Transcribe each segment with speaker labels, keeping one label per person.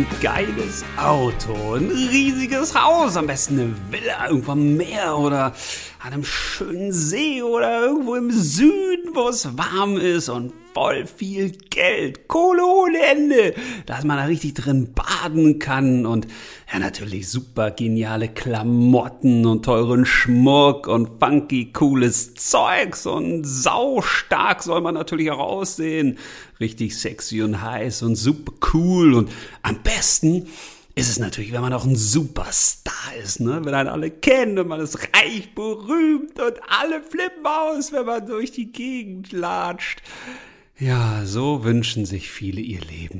Speaker 1: ein geiles Auto, ein riesiges Haus, am besten eine Villa irgendwo am Meer oder an einem schönen See oder irgendwo im Süden, wo es warm ist und voll viel Geld, Kohle ohne Ende, dass man da richtig drin baden kann und ja natürlich super geniale Klamotten und teuren Schmuck und funky cooles Zeugs und saustark soll man natürlich auch aussehen, richtig sexy und heiß und super cool und am besten ist es natürlich, wenn man auch ein Superstar ist, ne? Wenn einen alle kennen und man ist reich, berühmt und alle flippen aus, wenn man durch die Gegend latscht. Ja, so wünschen sich viele ihr Leben.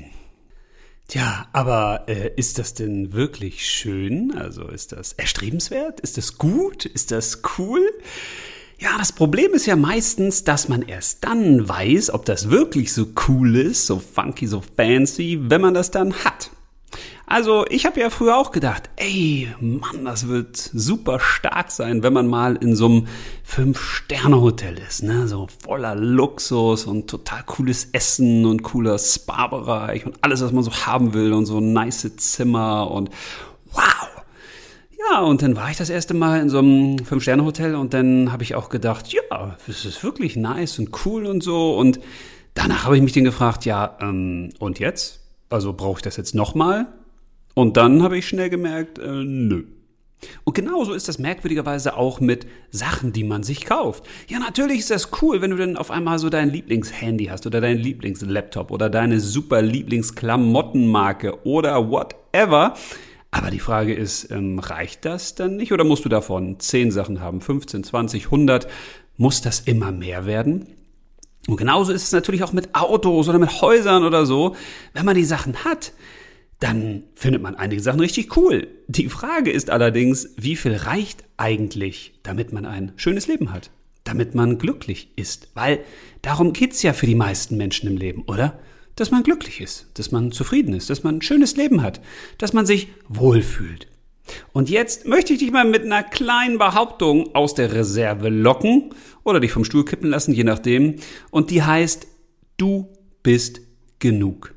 Speaker 1: Tja, aber ist das denn wirklich schön? Also ist das erstrebenswert? Ist das gut? Ist das cool? Ja, das Problem ist ja meistens, dass man erst dann weiß, ob das wirklich so cool ist, so funky, so fancy, wenn man das dann hat. Also ich habe ja früher auch gedacht, ey, Mann, das wird super stark sein, wenn man mal in so einem 5-Sterne-Hotel ist, ne, so voller Luxus und total cooles Essen und cooler Spa-Bereich und alles, was man so haben will und so nice Zimmer und wow. Ja, und dann war ich das erste Mal in so einem 5-Sterne-Hotel und dann habe ich auch gedacht, ja, das ist wirklich nice und cool und so und danach habe ich mich dann gefragt, ja, und jetzt? Also brauche ich das jetzt nochmal? Und dann habe ich schnell gemerkt, nö. Und genauso ist das merkwürdigerweise auch mit Sachen, die man sich kauft. Ja, natürlich ist das cool, wenn du dann auf einmal so dein Lieblingshandy hast oder dein Lieblingslaptop oder deine super Lieblingsklamottenmarke oder whatever. Aber die Frage ist, reicht das dann nicht? Oder musst du davon 10 Sachen haben, 15, 20, 100? Muss das immer mehr werden? Und genauso ist es natürlich auch mit Autos oder mit Häusern oder so. Wenn man die Sachen hat, dann findet man einige Sachen richtig cool. Die Frage ist allerdings, wie viel reicht eigentlich, damit man ein schönes Leben hat? Damit man glücklich ist? Weil darum geht's ja für die meisten Menschen im Leben, oder? Dass man glücklich ist, dass man zufrieden ist, dass man ein schönes Leben hat, dass man sich wohlfühlt. Und jetzt möchte ich dich mal mit einer kleinen Behauptung aus der Reserve locken oder dich vom Stuhl kippen lassen, je nachdem. Und die heißt, du bist genug.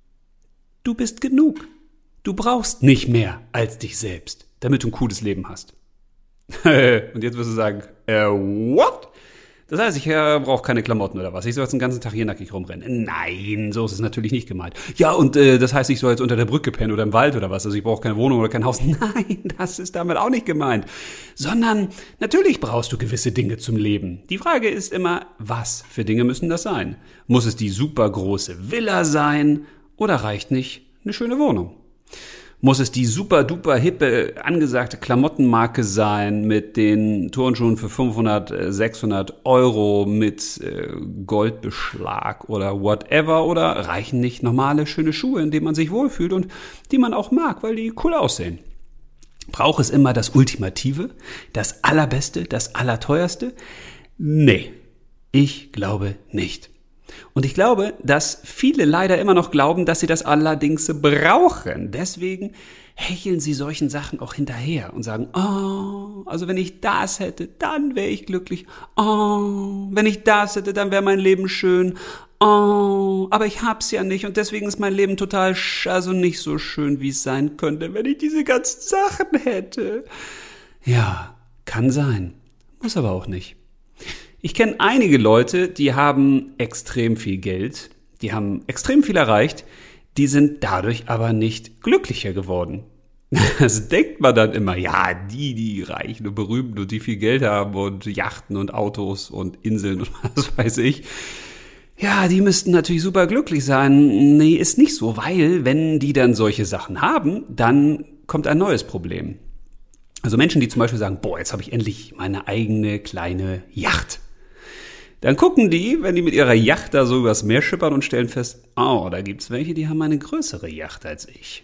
Speaker 1: Du bist genug. Du brauchst nicht mehr als dich selbst, damit du ein cooles Leben hast. Und jetzt wirst du sagen, what? Das heißt, ich brauche keine Klamotten oder was? Ich soll jetzt den ganzen Tag hier nackig rumrennen? Nein, so ist es natürlich nicht gemeint. Ja, und das heißt, ich soll jetzt unter der Brücke pennen oder im Wald oder was? Also ich brauche keine Wohnung oder kein Haus? Nein, das ist damit auch nicht gemeint. Sondern natürlich brauchst du gewisse Dinge zum Leben. Die Frage ist immer, was für Dinge müssen das sein? Muss es die super große Villa sein oder reicht nicht eine schöne Wohnung? Muss es die super duper hippe angesagte Klamottenmarke sein mit den Turnschuhen für 500, 600 Euro mit Goldbeschlag oder whatever? Oder reichen nicht normale schöne Schuhe, in denen man sich wohlfühlt und die man auch mag, weil die cool aussehen? Braucht es immer das Ultimative, das Allerbeste, das Allerteuerste? Nee, ich glaube nicht. Und ich glaube, dass viele leider immer noch glauben, dass sie das allerdings brauchen. Deswegen hecheln sie solchen Sachen auch hinterher und sagen, oh, also wenn ich das hätte, dann wäre ich glücklich. Oh, wenn ich das hätte, dann wäre mein Leben schön. Oh, aber ich hab's ja nicht und deswegen ist mein Leben total also nicht so schön, wie es sein könnte, wenn ich diese ganzen Sachen hätte. Ja, kann sein. Muss aber auch nicht. Ich kenne einige Leute, die haben extrem viel Geld, die haben extrem viel erreicht, die sind dadurch aber nicht glücklicher geworden. Das denkt man dann immer, ja, die Reichen und Berühmten und die viel Geld haben und Yachten und Autos und Inseln und was weiß ich. Ja, die müssten natürlich super glücklich sein. Nee, ist nicht so, weil wenn die dann solche Sachen haben, dann kommt ein neues Problem. Also Menschen, die zum Beispiel sagen, boah, jetzt habe ich endlich meine eigene kleine Yacht. Dann gucken die, wenn die mit ihrer Yacht da so übers Meer schippern und stellen fest, oh, da gibt's welche, die haben eine größere Yacht als ich.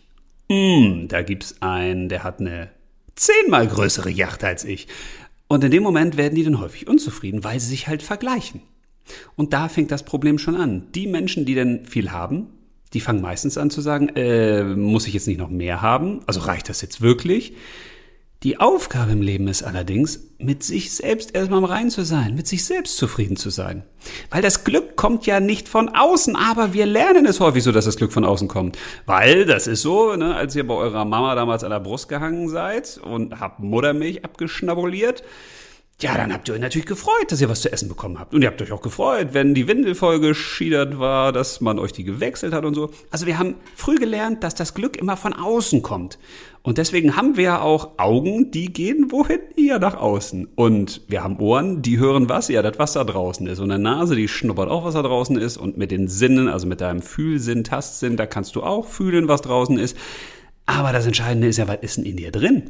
Speaker 1: Da gibt's einen, der hat eine 10-mal größere Yacht als ich. Und in dem Moment werden die dann häufig unzufrieden, weil sie sich halt vergleichen. Und da fängt das Problem schon an. Die Menschen, die dann viel haben, die fangen meistens an zu sagen, muss ich jetzt nicht noch mehr haben? Also reicht das jetzt wirklich? Die Aufgabe im Leben ist allerdings, mit sich selbst erstmal im Reinen zu sein, mit sich selbst zufrieden zu sein. Weil das Glück kommt ja nicht von außen, aber wir lernen es häufig so, dass das Glück von außen kommt. Weil das ist so, ne, als ihr bei eurer Mama damals an der Brust gehangen seid und habt Muttermilch abgeschnabuliert, ja, dann habt ihr euch natürlich gefreut, dass ihr was zu essen bekommen habt. Und ihr habt euch auch gefreut, wenn die Windel voll geschiedert war, dass man euch die gewechselt hat und so. Also wir haben früh gelernt, dass das Glück immer von außen kommt. Und deswegen haben wir ja auch Augen, die gehen wohin? Ja, nach außen. Und wir haben Ohren, die hören was? Ja, das, was da draußen ist. Und eine Nase, die schnuppert auch, was da draußen ist. Und mit den Sinnen, also mit deinem Fühlsinn, Tastsinn, da kannst du auch fühlen, was draußen ist. Aber das Entscheidende ist ja, was ist denn in dir drin?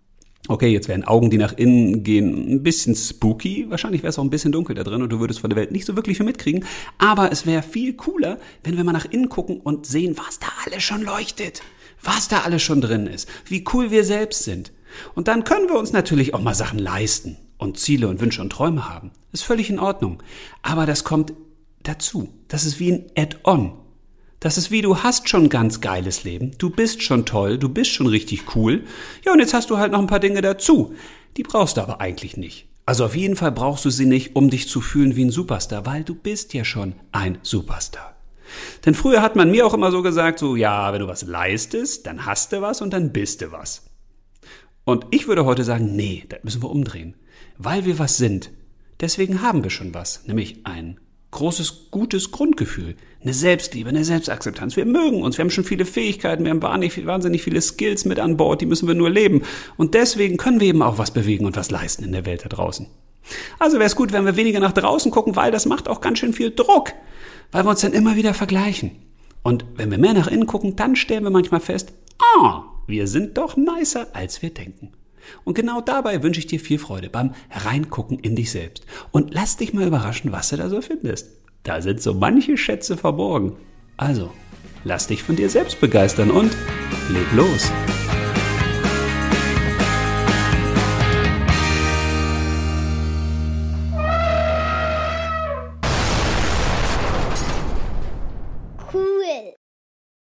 Speaker 1: Okay, jetzt wären Augen, die nach innen gehen, ein bisschen spooky. Wahrscheinlich wäre es auch ein bisschen dunkel da drin und du würdest von der Welt nicht so wirklich viel mitkriegen. Aber es wäre viel cooler, wenn wir mal nach innen gucken und sehen, was da alles schon leuchtet. Was da alles schon drin ist. Wie cool wir selbst sind. Und dann können wir uns natürlich auch mal Sachen leisten und Ziele und Wünsche und Träume haben. Ist völlig in Ordnung. Aber das kommt dazu. Das ist wie ein Add-on. Das ist wie, du hast schon ein ganz geiles Leben, du bist schon toll, du bist schon richtig cool. Ja, und jetzt hast du halt noch ein paar Dinge dazu. Die brauchst du aber eigentlich nicht. Also auf jeden Fall brauchst du sie nicht, um dich zu fühlen wie ein Superstar, weil du bist ja schon ein Superstar. Denn früher hat man mir auch immer so gesagt, so, ja, wenn du was leistest, dann hast du was und dann bist du was. Und ich würde heute sagen, nee, das müssen wir umdrehen. Weil wir was sind, deswegen haben wir schon was, nämlich ein großes, gutes Grundgefühl, eine Selbstliebe, eine Selbstakzeptanz. Wir mögen uns, wir haben schon viele Fähigkeiten, wir haben wahnsinnig viele Skills mit an Bord, die müssen wir nur leben. Und deswegen können wir eben auch was bewegen und was leisten in der Welt da draußen. Also wäre es gut, wenn wir weniger nach draußen gucken, weil das macht auch ganz schön viel Druck, weil wir uns dann immer wieder vergleichen. Und wenn wir mehr nach innen gucken, dann stellen wir manchmal fest, wir sind doch nicer, als wir denken. Und genau dabei wünsche ich dir viel Freude beim Reingucken in dich selbst. Und lass dich mal überraschen, was du da so findest. Da sind so manche Schätze verborgen. Also, lass dich von dir selbst begeistern und leg los.